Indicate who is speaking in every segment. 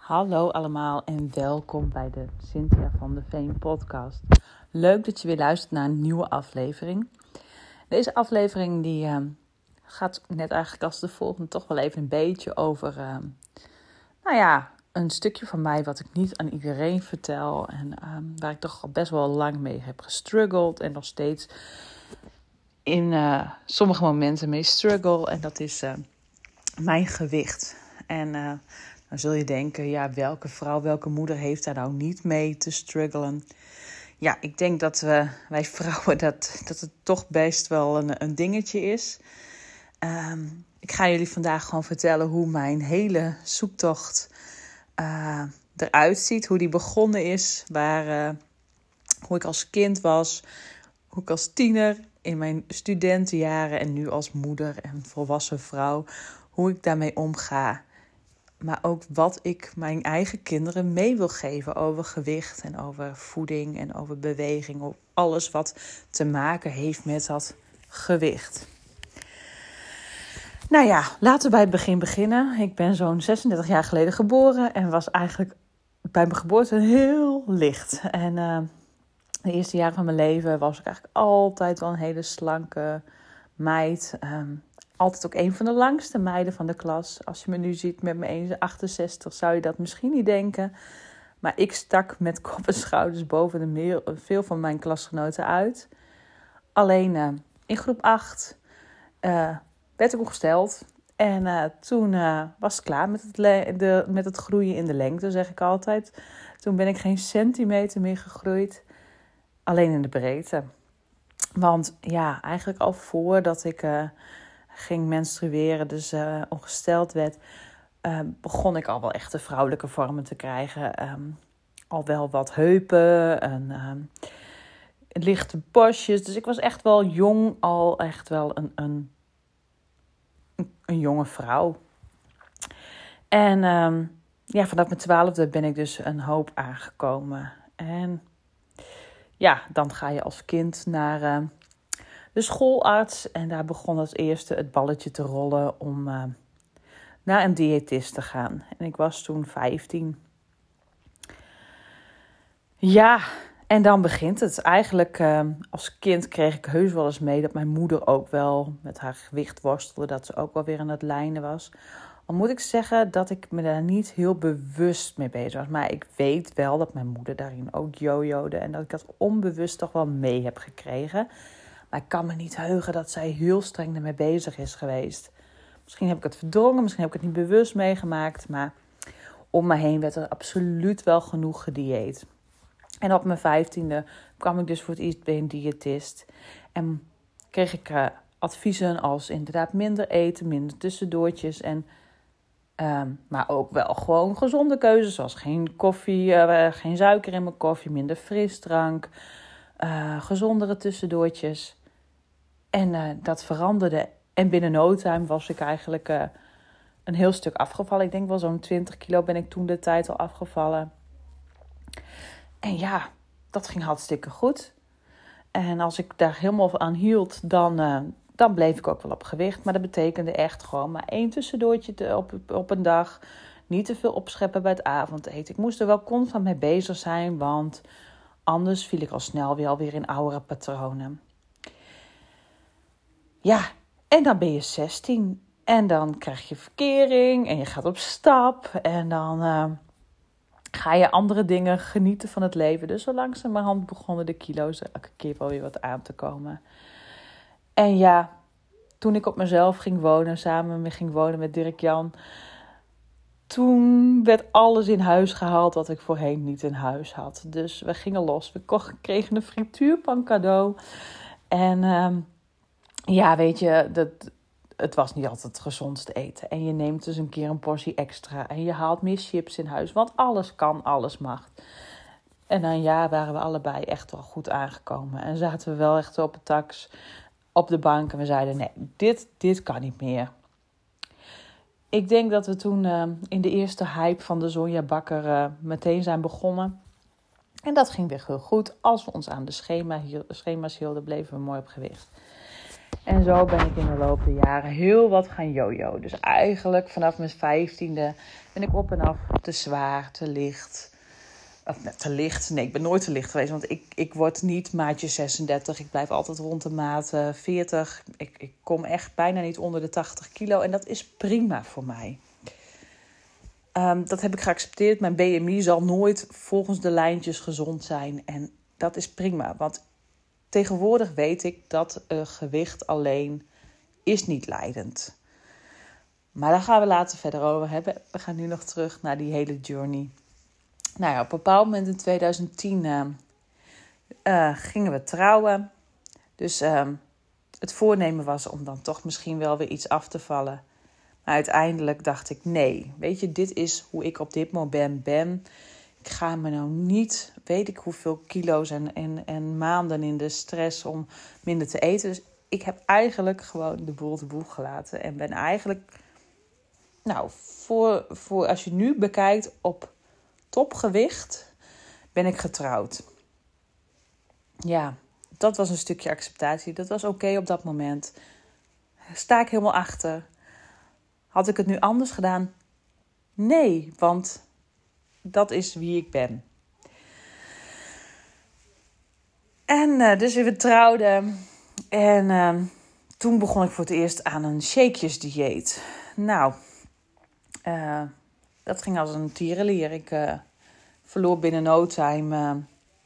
Speaker 1: Hallo allemaal en welkom bij de Cynthia van de Veen podcast. Leuk dat je weer luistert naar een nieuwe aflevering. Deze aflevering die gaat net eigenlijk als de volgende toch wel even een beetje over een stukje van mij wat ik niet aan iedereen vertel. En waar ik toch al best wel lang mee heb gestruggeld en nog steeds in sommige momenten mee struggle. En dat is mijn gewicht. En dan zul je denken, ja, welke vrouw, welke moeder heeft daar nou niet mee te struggelen? Ja, ik denk dat wij vrouwen dat het toch best wel een dingetje is. Ik ga jullie vandaag gewoon vertellen hoe mijn hele zoektocht eruit ziet. Hoe die begonnen is, hoe ik als kind was, hoe ik als tiener in mijn studentenjaren en nu als moeder en volwassen vrouw, hoe ik daarmee omga. Maar ook wat ik mijn eigen kinderen mee wil geven over gewicht en over voeding en over beweging. Of alles wat te maken heeft met dat gewicht. Nou ja, laten we bij het begin beginnen. Ik ben zo'n 36 jaar geleden geboren en was eigenlijk bij mijn geboorte heel licht. En de eerste jaren van mijn leven was ik eigenlijk altijd wel een hele slanke meid. Altijd ook een van de langste meiden van de klas. Als je me nu ziet met mijn 1,68 zou je dat misschien niet denken. Maar ik stak met kop en schouders boven veel van mijn klasgenoten uit. Alleen in groep 8 werd ik opgesteld. En toen was het klaar met het groeien in de lengte, zeg ik altijd. Toen ben ik geen centimeter meer gegroeid. Alleen in de breedte. Want ja, eigenlijk al voordat ik ging menstrueren, dus ongesteld werd, begon ik al wel echte vrouwelijke vormen te krijgen. Al wel wat heupen en lichte borstjes. Dus ik was echt wel jong, al echt wel een jonge vrouw. En vanaf mijn 12e ben ik dus een hoop aangekomen. En ja, dan ga je als kind naar de schoolarts. En daar begon als eerste het balletje te rollen om naar een diëtist te gaan. En ik was toen 15. Ja, en dan begint het. Eigenlijk als kind kreeg ik heus wel eens mee dat mijn moeder ook wel met haar gewicht worstelde. Dat ze ook wel weer aan het lijnen was. Al moet ik zeggen dat ik me daar niet heel bewust mee bezig was. Maar ik weet wel dat mijn moeder daarin ook jojode. En dat ik dat onbewust toch wel mee heb gekregen. Maar ik kan me niet heugen dat zij heel streng ermee bezig is geweest. Misschien heb ik het verdrongen, misschien heb ik het niet bewust meegemaakt. Maar om me heen werd er absoluut wel genoeg gedieet. En op mijn 15e kwam ik dus voor het eerst bij een diëtist. En kreeg ik adviezen als inderdaad minder eten, minder tussendoortjes. Maar ook wel gewoon gezonde keuzes, zoals geen koffie, geen suiker in mijn koffie, minder frisdrank, gezondere tussendoortjes. En dat veranderde. En binnen no time was ik eigenlijk een heel stuk afgevallen. Ik denk wel zo'n 20 kilo ben ik toen de tijd al afgevallen. En ja, dat ging hartstikke goed. En als ik daar helemaal aan hield, dan bleef ik ook wel op gewicht. Maar dat betekende echt gewoon maar 1 tussendoortje op een dag. Niet te veel opscheppen bij het avondeten. Ik moest er wel constant mee bezig zijn, want anders viel ik al snel weer in oudere patronen. Ja, en dan ben je 16. En dan krijg je verkering en je gaat op stap. En dan ga je andere dingen genieten van het leven. Dus zo langzamerhand begonnen de kilo's elke keer wel weer wat aan te komen. En ja, toen ik op mezelf ging wonen met Dirk-Jan, toen werd alles in huis gehaald wat ik voorheen niet in huis had. Dus we gingen los. We kregen een frituurpan cadeau. En weet je, het was niet altijd het gezondste eten. En je neemt dus een keer een portie extra. En je haalt meer chips in huis. Want alles kan, alles mag. En na een jaar waren we allebei echt wel goed aangekomen. En zaten we wel echt op het tax, op de bank. En we zeiden, nee, dit kan niet meer. Ik denk dat we toen in de eerste hype van de Sonja Bakker meteen zijn begonnen. En dat ging weer heel goed. Als we ons aan de schema's hielden, bleven we mooi op gewicht. En zo ben ik in de loop der jaren heel wat gaan jojo. Dus eigenlijk vanaf mijn 15e ben ik op en af te zwaar, te licht. Of net te licht. Nee, ik ben nooit te licht geweest. Want ik word niet maatje 36. Ik blijf altijd rond de maat 40. Ik kom echt bijna niet onder de 80 kilo. En dat is prima voor mij. Dat heb ik geaccepteerd. Mijn BMI zal nooit volgens de lijntjes gezond zijn. En dat is prima. Want tegenwoordig weet ik dat gewicht alleen is niet leidend. Maar daar gaan we later verder over hebben. We gaan nu nog terug naar die hele journey. Nou ja, op een bepaald moment in 2010 gingen we trouwen. Dus het voornemen was om dan toch misschien wel weer iets af te vallen. Maar uiteindelijk dacht ik, nee, weet je, dit is hoe ik op dit moment ben. Ik ga me nou niet, weet ik hoeveel kilo's en maanden in de stress om minder te eten. Dus ik heb eigenlijk gewoon de boel gelaten. En ben eigenlijk, nou, voor als je nu bekijkt op topgewicht, ben ik getrouwd. Ja, dat was een stukje acceptatie. Dat was oké op dat moment. Sta ik helemaal achter. Had ik het nu anders gedaan? Nee, want dat is wie ik ben. En dus we trouwden. En toen begon ik voor het eerst aan een shakejesdieet. Nou, dat ging als een tierenlier. Ik verloor binnen no time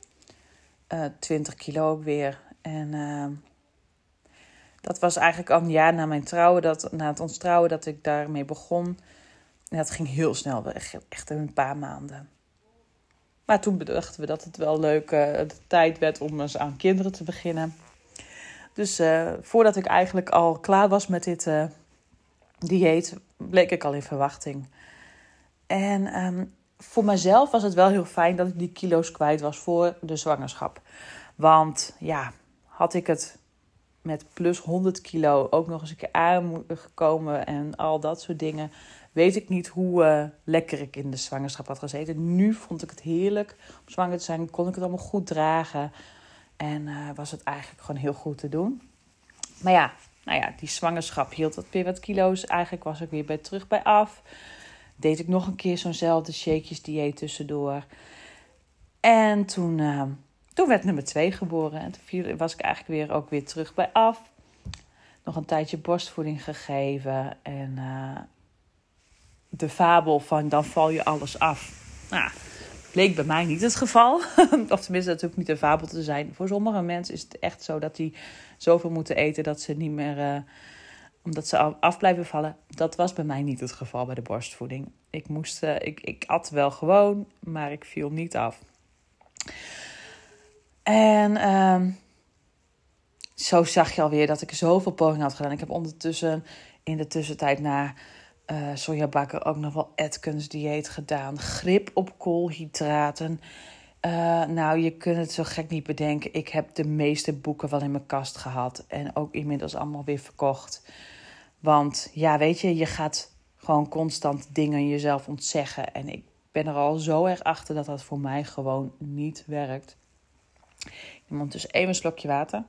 Speaker 1: 20 kilo ook weer. En dat was eigenlijk al een jaar na mijn trouwen, na het ons trouwen, dat ik daarmee begon. En dat ging heel snel, echt een paar maanden. Maar toen bedachten we dat het wel leuk de tijd werd om eens aan kinderen te beginnen. Dus voordat ik eigenlijk al klaar was met dit dieet, bleek ik al in verwachting. En voor mezelf was het wel heel fijn dat ik die kilo's kwijt was voor de zwangerschap. Want ja, had ik het met plus 100 kilo ook nog eens een keer aangekomen en al dat soort dingen, weet ik niet hoe lekker ik in de zwangerschap had gezeten. Nu vond ik het heerlijk om zwanger te zijn. Kon ik het allemaal goed dragen. En was het eigenlijk gewoon heel goed te doen. Maar ja, nou ja, die zwangerschap hield wat weer wat kilo's. Eigenlijk was ik weer terug bij af. Deed ik nog een keer zo'nzelfde shakejesdieet tussendoor. En toen werd nummer 2 geboren. En toen was ik eigenlijk ook weer terug bij af. Nog een tijdje borstvoeding gegeven. En de fabel van dan val je alles af. Nou, bleek bij mij niet het geval. Of tenminste, dat hoeft niet een fabel te zijn. Voor sommige mensen is het echt zo dat die zoveel moeten eten dat ze niet meer, omdat ze af blijven vallen. Dat was bij mij niet het geval bij de borstvoeding. Ik at wel gewoon, maar ik viel niet af. En zo zag je alweer dat ik zoveel pogingen had gedaan. Ik heb ondertussen in de tussentijd naar sojabakker ook nog wel Atkins dieet gedaan. Grip op koolhydraten. Nou, je kunt het zo gek niet bedenken. Ik heb de meeste boeken wel in mijn kast gehad. En ook inmiddels allemaal weer verkocht. Want ja, weet je gaat gewoon constant dingen jezelf ontzeggen. En ik ben er al zo erg achter dat dat voor mij gewoon niet werkt. Ik neem ondertussen even een slokje water.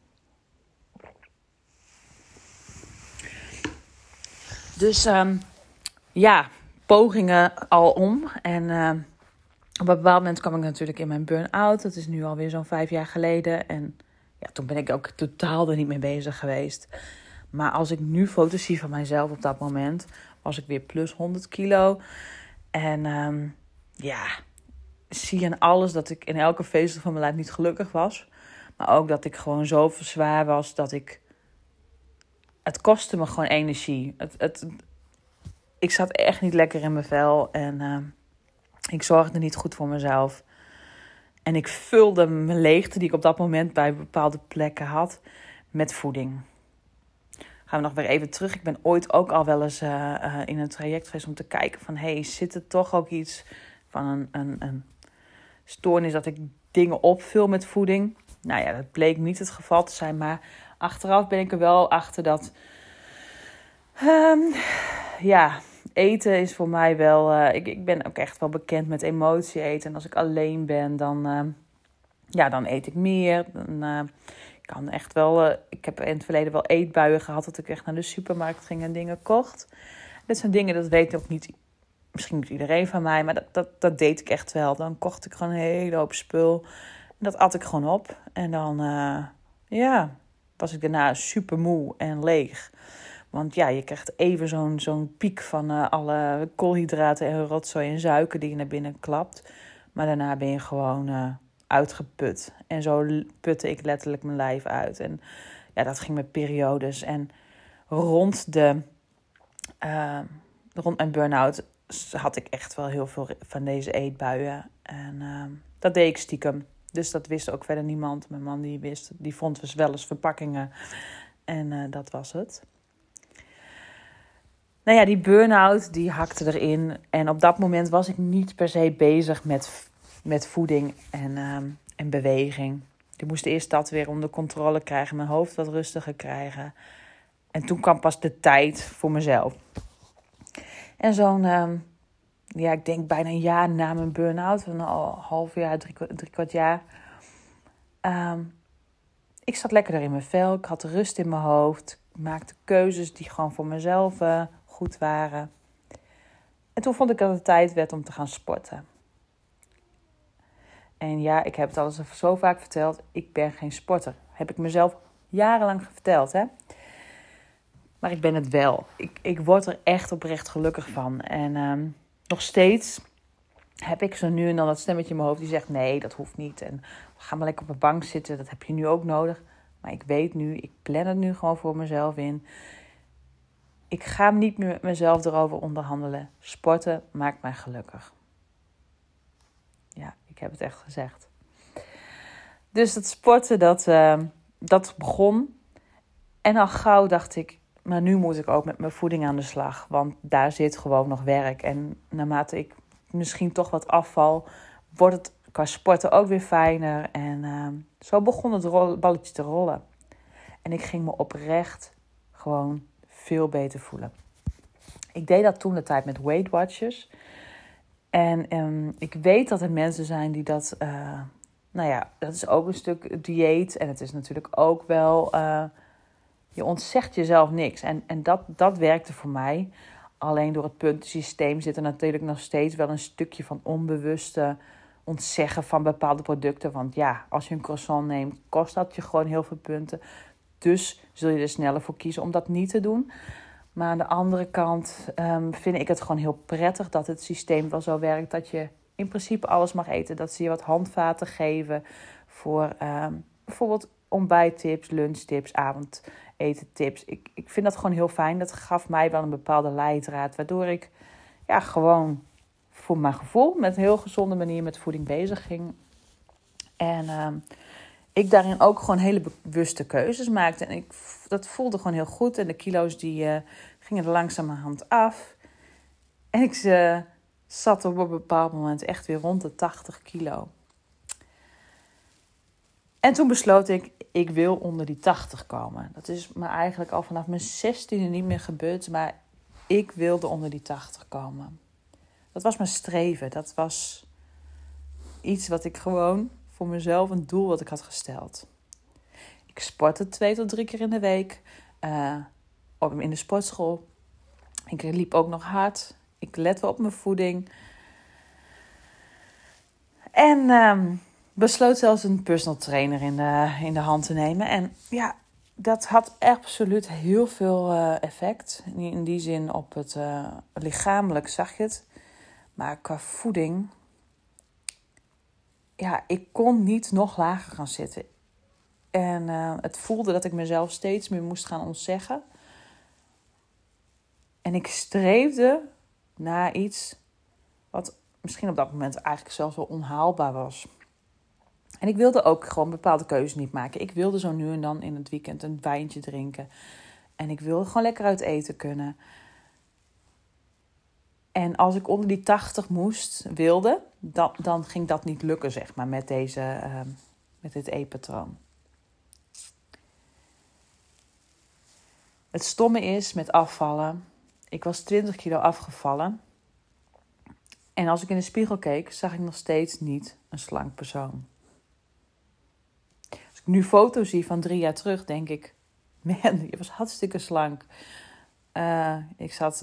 Speaker 1: Dus ja, pogingen al om. En op een bepaald moment kwam ik natuurlijk in mijn burn-out. Dat is nu alweer zo'n 5 jaar geleden. En ja, toen ben ik ook totaal er niet mee bezig geweest. Maar als ik nu foto's zie van mijzelf op dat moment, was ik weer plus 100 kilo. En ja, zie je aan alles dat ik in elke vezel van mijn lijf niet gelukkig was. Maar ook dat ik gewoon zo zwaar was dat het kostte me gewoon energie. Ik zat echt niet lekker in mijn vel. En ik zorgde niet goed voor mezelf. En ik vulde mijn leegte die ik op dat moment bij bepaalde plekken had met voeding. Gaan we nog weer even terug. Ik ben ooit ook al wel eens in een traject geweest om te kijken van, hey, zit er toch ook iets van een stoornis dat ik dingen opvul met voeding? Nou ja, dat bleek niet het geval te zijn. Maar achteraf ben ik er wel achter dat ja, eten is voor mij wel. Ik ben ook echt wel bekend met emotie eten. En als ik alleen ben, dan eet ik meer. Dan kan echt wel... ik heb in het verleden wel eetbuien gehad dat ik echt naar de supermarkt ging en dingen kocht. Dit zijn dingen, dat weet ook niet... Misschien niet iedereen van mij, maar dat deed ik echt wel. Dan kocht ik gewoon een hele hoop spul. En dat at ik gewoon op. En dan, was ik daarna super moe en leeg. Want ja, je krijgt even zo'n piek van alle koolhydraten en rotzooi en suiker die je naar binnen klapt. Maar daarna ben je gewoon uitgeput. En zo putte ik letterlijk mijn lijf uit. En ja, dat ging met periodes. En rond mijn burn-out had ik echt wel heel veel van deze eetbuien. En dat deed ik stiekem. Dus dat wist ook verder niemand. Mijn man die vond dus wel eens verpakkingen. En dat was het. Nou ja, die burn-out die hakte erin. En op dat moment was ik niet per se bezig met voeding en beweging. Ik moest eerst dat weer onder controle krijgen. Mijn hoofd wat rustiger krijgen. En toen kwam pas de tijd voor mezelf. En ik denk bijna een jaar na mijn burn-out, een half jaar, drie kwart jaar. Ik zat lekkerder in mijn vel, ik had rust in mijn hoofd. Ik maakte keuzes die gewoon voor mezelf goed waren. En toen vond ik dat het tijd werd om te gaan sporten. En ja, ik heb het al eens zo vaak verteld, ik ben geen sporter. Heb ik mezelf jarenlang verteld, hè. Maar ik ben het wel. Ik word er echt oprecht gelukkig van. En nog steeds heb ik zo nu en dan dat stemmetje in mijn hoofd die zegt... nee, dat hoeft niet. En ga maar lekker op de bank zitten. Dat heb je nu ook nodig. Maar ik weet nu, ik plan het nu gewoon voor mezelf in. Ik ga niet meer met mezelf erover onderhandelen. Sporten maakt mij gelukkig. Ja, ik heb het echt gezegd. Dus dat sporten, dat begon. En al gauw dacht ik... maar nu moet ik ook met mijn voeding aan de slag. Want daar zit gewoon nog werk. En naarmate ik misschien toch wat afval... wordt het qua sporten ook weer fijner. En zo begon het balletje te rollen. En ik ging me oprecht gewoon veel beter voelen. Ik deed dat toen de tijd met Weight Watchers. En ik weet dat er mensen zijn die dat... dat is ook een stuk dieet. En het is natuurlijk ook wel... je ontzegt jezelf niks. En dat werkte voor mij. Alleen door het puntensysteem zit er natuurlijk nog steeds wel een stukje van onbewuste ontzeggen van bepaalde producten. Want ja, als je een croissant neemt, kost dat je gewoon heel veel punten. Dus zul je er sneller voor kiezen om dat niet te doen. Maar aan de andere kant vind ik het gewoon heel prettig dat het systeem wel zo werkt dat je in principe alles mag eten. Dat ze je wat handvaten geven voor bijvoorbeeld ontbijttips, lunchtips, avondetentips. Ik vind dat gewoon heel fijn. Dat gaf mij wel een bepaalde leidraad, waardoor ik gewoon voor mijn gevoel met een heel gezonde manier met voeding bezig ging. En ik daarin ook gewoon hele bewuste keuzes maakte. En dat voelde gewoon heel goed. En de kilo's die gingen er langzamerhand af. En ik zat op een bepaald moment echt weer rond de 80 kilo. En toen besloot ik wil onder die 80 komen. Dat is me eigenlijk al vanaf mijn 16e niet meer gebeurd. Maar ik wilde onder die 80 komen. Dat was mijn streven. Dat was iets wat ik gewoon voor mezelf, een doel wat ik had gesteld. Ik sportte 2 tot 3 keer in de week. In de sportschool. Ik liep ook nog hard. Ik lette op mijn voeding. En besloot zelfs een personal trainer in de hand te nemen. En ja, dat had absoluut heel veel effect. In die zin op het lichamelijk zag je het. Maar qua voeding... ja, ik kon niet nog lager gaan zitten. En het voelde dat ik mezelf steeds meer moest gaan ontzeggen. En ik streefde naar iets wat misschien op dat moment eigenlijk zelfs wel onhaalbaar was. En ik wilde ook gewoon bepaalde keuzes niet maken. Ik wilde zo nu en dan in het weekend een wijntje drinken. En ik wilde gewoon lekker uit eten kunnen. En als ik onder die 80 wilde, dan ging dat niet lukken, zeg maar, met dit eetpatroon. Het stomme is met afvallen. Ik was 20 kilo afgevallen. En als ik in de spiegel keek, zag ik nog steeds niet een slank persoon. Als ik ik nu foto's zie van 3 jaar terug, denk ik... Man, je was hartstikke slank. Ik zat...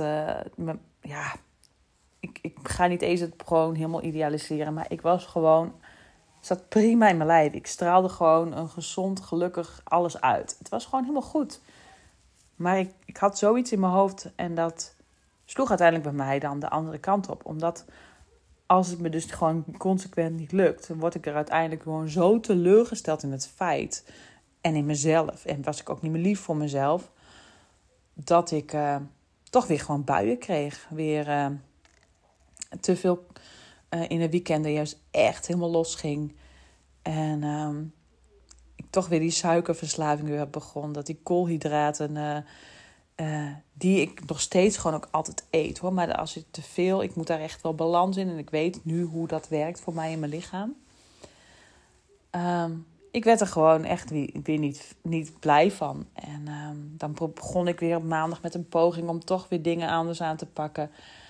Speaker 1: Ik ga niet eens het gewoon helemaal idealiseren. Maar ik was gewoon... zat prima in mijn lijf. Ik straalde gewoon een gezond, gelukkig alles uit. Het was gewoon helemaal goed. Maar ik had zoiets in mijn hoofd. En dat sloeg uiteindelijk bij mij dan de andere kant op. Omdat als het me dus gewoon consequent niet lukt... dan word ik er uiteindelijk gewoon zo teleurgesteld in het feit... en in mezelf. En was ik ook niet meer lief voor mezelf... dat ik toch weer gewoon buien kreeg. Weer te veel in de weekenden juist echt helemaal los ging. En ik toch weer die suikerverslaving weer heb begonnen. Dat die koolhydraten... die ik nog steeds gewoon ook altijd eet, hoor. Maar als je te veel... Ik moet daar echt wel balans in. En ik weet nu hoe dat werkt voor mij in mijn lichaam. Ik werd er gewoon echt weer niet blij van. En dan begon ik weer op maandag met een poging... om toch weer dingen anders aan te pakken.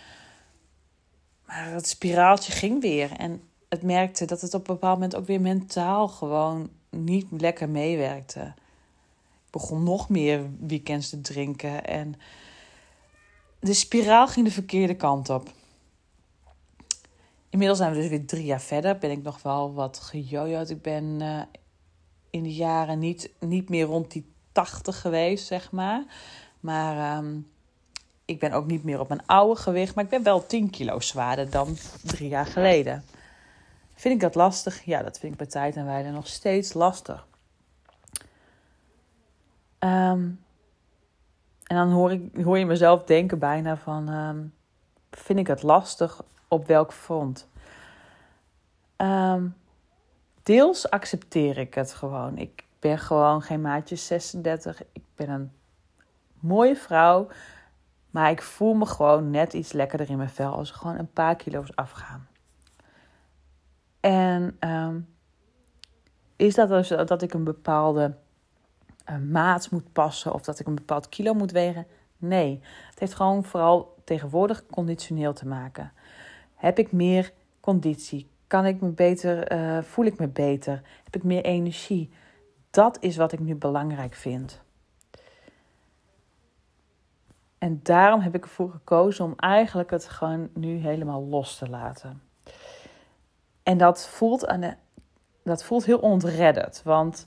Speaker 1: Maar het spiraaltje ging weer. En het merkte dat het op een bepaald moment ook weer mentaal... gewoon niet lekker meewerkte. Ik begon nog meer weekends te drinken. En de spiraal ging de verkeerde kant op. Inmiddels zijn we dus weer 3 jaar verder. Ben ik nog wel wat gejojoed. Ik ben in de jaren niet meer rond die 80 geweest, zeg maar. Maar ik ben ook niet meer op mijn oude gewicht. Maar ik ben wel 10 kilo zwaarder dan 3 jaar geleden. Vind ik dat lastig? Ja, dat vind ik bij tijd en wijle nog steeds lastig. En dan hoor je mezelf denken bijna van... vind ik het lastig op welk front? Deels accepteer ik het gewoon. Ik ben gewoon geen maatje 36. Ik ben een mooie vrouw. Maar ik voel me gewoon net iets lekkerder in mijn vel... als er gewoon een paar kilo's afgaan. En is dat dus dat ik een bepaalde maat moet passen... of dat ik een bepaald kilo moet wegen? Nee, het heeft gewoon vooral tegenwoordig conditioneel te maken. Heb ik meer conditie? Kan ik me beter, voel ik me beter? Heb ik meer energie? Dat is wat ik nu belangrijk vind. En daarom heb ik ervoor gekozen om eigenlijk het gewoon nu helemaal los te laten. En dat voelt heel ontredderd. Want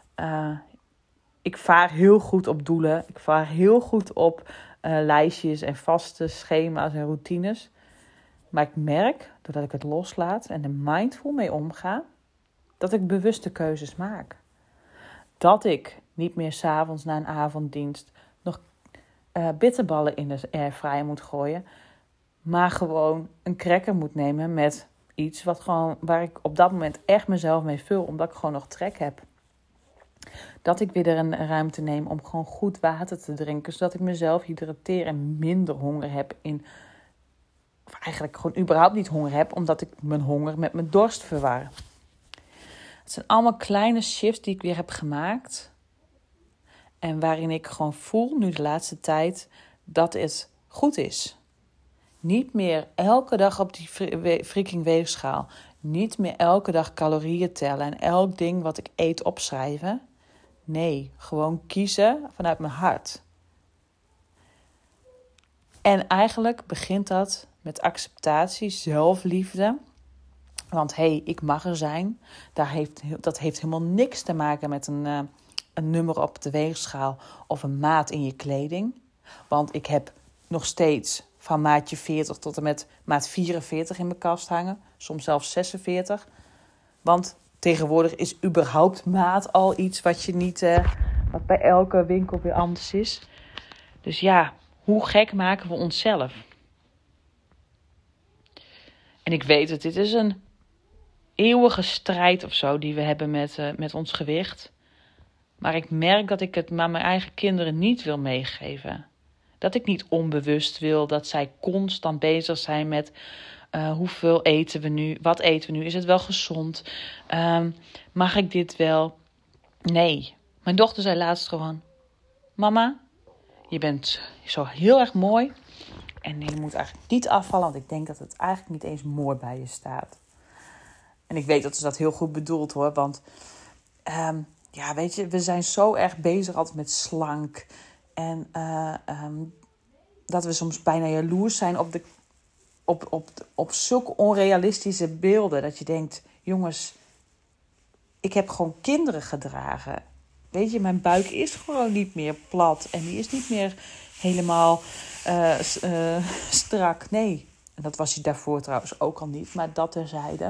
Speaker 1: ik vaar heel goed op doelen. Ik vaar heel goed op lijstjes en vaste schema's en routines. Maar ik merk, doordat ik het loslaat en er mindful mee omga... dat ik bewuste keuzes maak. Dat ik niet meer 's avonds na een avonddienst... nog bitterballen in de airfryer moet gooien... maar gewoon een cracker moet nemen met iets waar ik op dat moment echt mezelf mee vul... omdat ik gewoon nog trek heb. Dat ik weer een ruimte neem om gewoon goed water te drinken... zodat ik mezelf hydrateer en minder honger heb of eigenlijk gewoon überhaupt niet honger heb... omdat ik mijn honger met mijn dorst verwar. Het zijn allemaal kleine shifts die ik weer heb gemaakt... en waarin ik gewoon voel, nu de laatste tijd, dat het goed is. Niet meer elke dag op die freaking weegschaal. Niet meer elke dag calorieën tellen en elk ding wat ik eet opschrijven. Nee, gewoon kiezen vanuit mijn hart. En eigenlijk begint dat met acceptatie, zelfliefde. Want ik mag er zijn. Dat heeft helemaal niks te maken met een nummer op de weegschaal of een maat in je kleding. Want ik heb nog steeds van maatje 40 tot en met maat 44 in mijn kast hangen. Soms zelfs 46. Want tegenwoordig is überhaupt maat al iets wat bij elke winkel weer anders is. Dus ja, hoe gek maken we onszelf? En ik weet het, dit is een eeuwige strijd of zo die we hebben met ons gewicht. Maar ik merk dat ik het maar mijn eigen kinderen niet wil meegeven. Dat ik niet onbewust wil dat zij constant bezig zijn met hoeveel eten we nu? Wat eten we nu? Is het wel gezond? Mag ik dit wel? Nee. Mijn dochter zei laatst gewoon: Mama, je bent zo heel erg mooi. En je moet eigenlijk niet afvallen, want ik denk dat het eigenlijk niet eens mooi bij je staat. En ik weet dat ze dat heel goed bedoelt, hoor. Want ja, weet je, we zijn zo erg bezig altijd met slank. En dat we soms bijna jaloers zijn op zulke onrealistische beelden. Dat je denkt, jongens, ik heb gewoon kinderen gedragen. Weet je, mijn buik is gewoon niet meer plat. En die is niet meer helemaal strak. Nee, en dat was hij daarvoor trouwens ook al niet. Maar dat terzijde.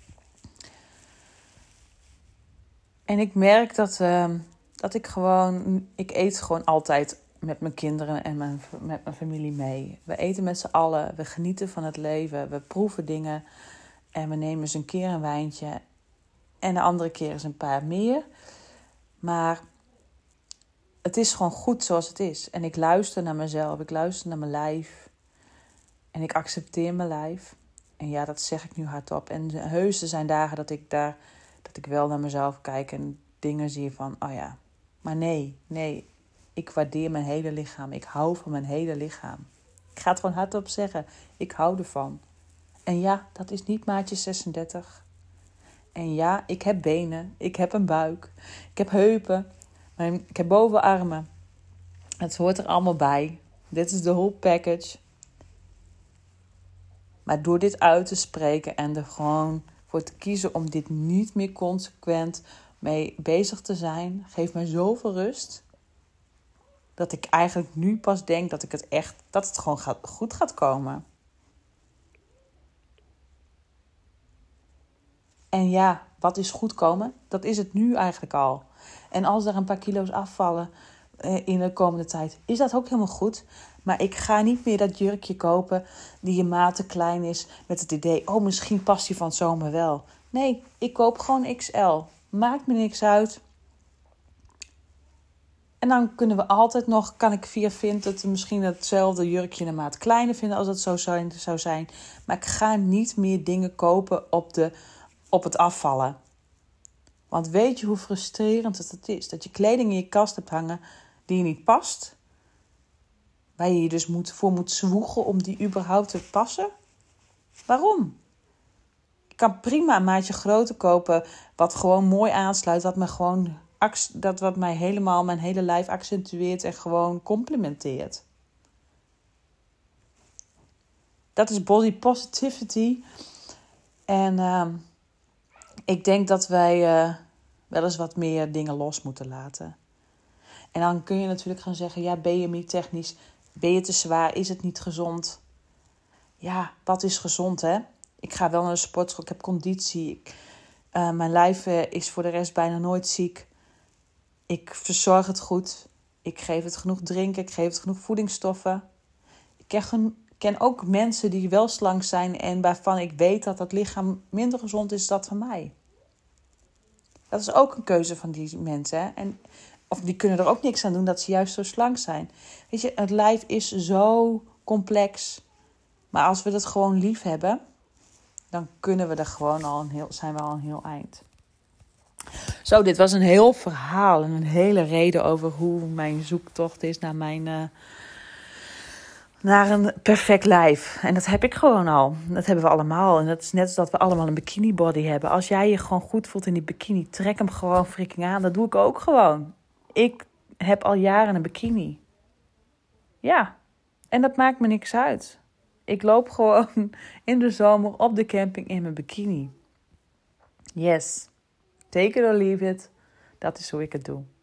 Speaker 1: En ik merk dat ik eet gewoon altijd met mijn kinderen en met mijn familie mee. We eten met z'n allen, we genieten van het leven, we proeven dingen. En we nemen eens een keer een wijntje en de andere keer eens een paar meer. Maar het is gewoon goed zoals het is. En ik luister naar mezelf, ik luister naar mijn lijf. En ik accepteer mijn lijf. En ja, dat zeg ik nu hardop. En heus, er zijn dagen dat ik wel naar mezelf kijk en dingen zie van, oh ja. Maar nee, ik waardeer mijn hele lichaam. Ik hou van mijn hele lichaam. Ik ga het gewoon hardop zeggen. Ik hou ervan. En ja, dat is niet maatje 36. En ja, ik heb benen. Ik heb een buik. Ik heb heupen. Ik heb bovenarmen. Het hoort er allemaal bij. Dit is de whole package. Maar door dit uit te spreken en er gewoon voor te kiezen om dit niet meer consequent mee bezig te zijn, geeft mij zoveel rust. Dat ik eigenlijk nu pas denk dat het gewoon goed gaat komen. En ja, wat is goed komen? Dat is het nu eigenlijk al. En als er een paar kilo's afvallen in de komende tijd, is dat ook helemaal goed. Maar ik ga niet meer dat jurkje kopen die je maat te klein is met het idee, oh, misschien past die van het zomer wel. Nee, ik koop gewoon XL. Maakt me niks uit. En dan kunnen we altijd nog, kan ik via Vinted misschien hetzelfde jurkje in een maat kleiner vinden als dat zo zou zijn. Maar ik ga niet meer dingen kopen op het afvallen. Want weet je hoe frustrerend het is? Dat je kleding in je kast hebt hangen die je niet past. Waar je dus voor moet zwoegen om die überhaupt te passen. Waarom? Ik kan prima een maatje groter kopen wat gewoon mooi aansluit. Wat mij helemaal mijn hele lijf accentueert en gewoon complimenteert. Dat is body positivity. En ik denk dat wij wel eens wat meer dingen los moeten laten. En dan kun je natuurlijk gaan zeggen, ja, BMI-technisch, ben je te zwaar, is het niet gezond? Ja, wat is gezond, hè? Ik ga wel naar de sportschool, ik heb conditie. Mijn lijf is voor de rest bijna nooit ziek. Ik verzorg het goed. Ik geef het genoeg drinken, ik geef het genoeg voedingsstoffen. Ik ken ook mensen die wel slank zijn en waarvan ik weet dat het lichaam minder gezond is dan dat van mij. Dat is ook een keuze van die mensen, hè? Of die kunnen er ook niks aan doen dat ze juist zo slank zijn. Weet je, het lijf is zo complex. Maar als we dat gewoon lief hebben, dan kunnen we er gewoon zijn we al een heel eind. Zo, dit was een heel verhaal en een hele reden over hoe mijn zoektocht is naar een perfect lijf. En dat heb ik gewoon al. Dat hebben we allemaal. En dat is net als dat we allemaal een bikini body hebben. Als jij je gewoon goed voelt in die bikini, trek hem gewoon freaking aan. Dat doe ik ook gewoon. Ik heb al jaren een bikini. Ja, en dat maakt me niks uit. Ik loop gewoon in de zomer op de camping in mijn bikini. Yes. Take it or leave it. Dat is hoe ik het doe.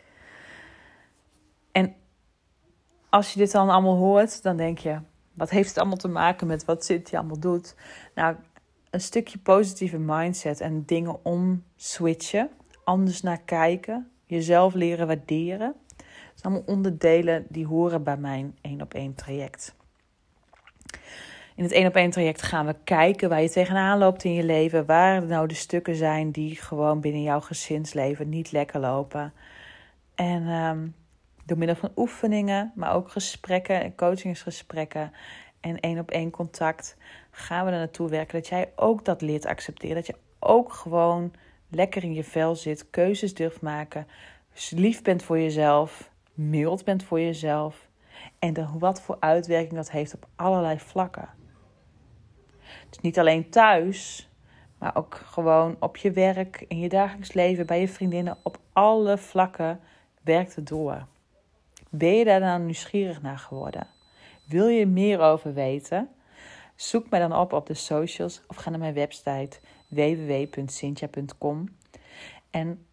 Speaker 1: En als je dit dan allemaal hoort, dan denk je, wat heeft het allemaal te maken met wat Cynthia allemaal doet? Nou, een stukje positieve mindset en dingen omswitchen, anders naar kijken, jezelf leren waarderen. Dat zijn allemaal onderdelen die horen bij mijn 1-op-1 traject. In het 1-op-1 traject gaan we kijken waar je tegenaan loopt in je leven. Waar nou de stukken zijn die gewoon binnen jouw gezinsleven niet lekker lopen. En door middel van oefeningen, maar ook gesprekken en coachingsgesprekken en 1-op-1 contact gaan we er naartoe werken. Dat jij ook dat leert accepteren. Dat je ook gewoon lekker in je vel zit, keuzes durft maken. Lief bent voor jezelf, mild bent voor jezelf. En wat voor uitwerking dat heeft op allerlei vlakken. Dus niet alleen thuis, Maar ook gewoon op je werk, in je dagelijks leven, bij je vriendinnen. Op alle vlakken werkt het door. Ben je daar dan nieuwsgierig naar geworden? Wil je meer over weten? Zoek mij dan op de socials of ga naar mijn website www.cynthia.com en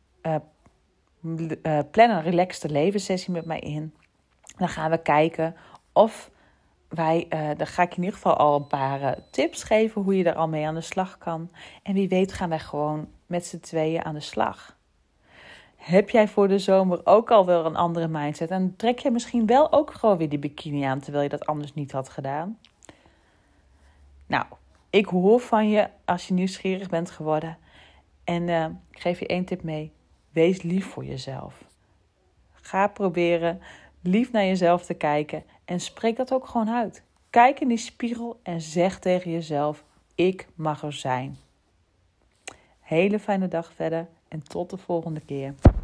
Speaker 1: plan een relaxte levenssessie met mij in. Dan gaan we kijken of dan ga ik in ieder geval al een paar tips geven hoe je er al mee aan de slag kan. En wie weet gaan wij gewoon met z'n tweeën aan de slag. Heb jij voor de zomer ook al wel een andere mindset? En trek je misschien wel ook gewoon weer die bikini aan, terwijl je dat anders niet had gedaan? Nou, ik hoor van je als je nieuwsgierig bent geworden. En ik geef je 1 tip mee. Wees lief voor jezelf. Ga proberen lief naar jezelf te kijken. En spreek dat ook gewoon uit. Kijk in die spiegel en zeg tegen jezelf: ik mag er zijn. Hele fijne dag verder en tot de volgende keer.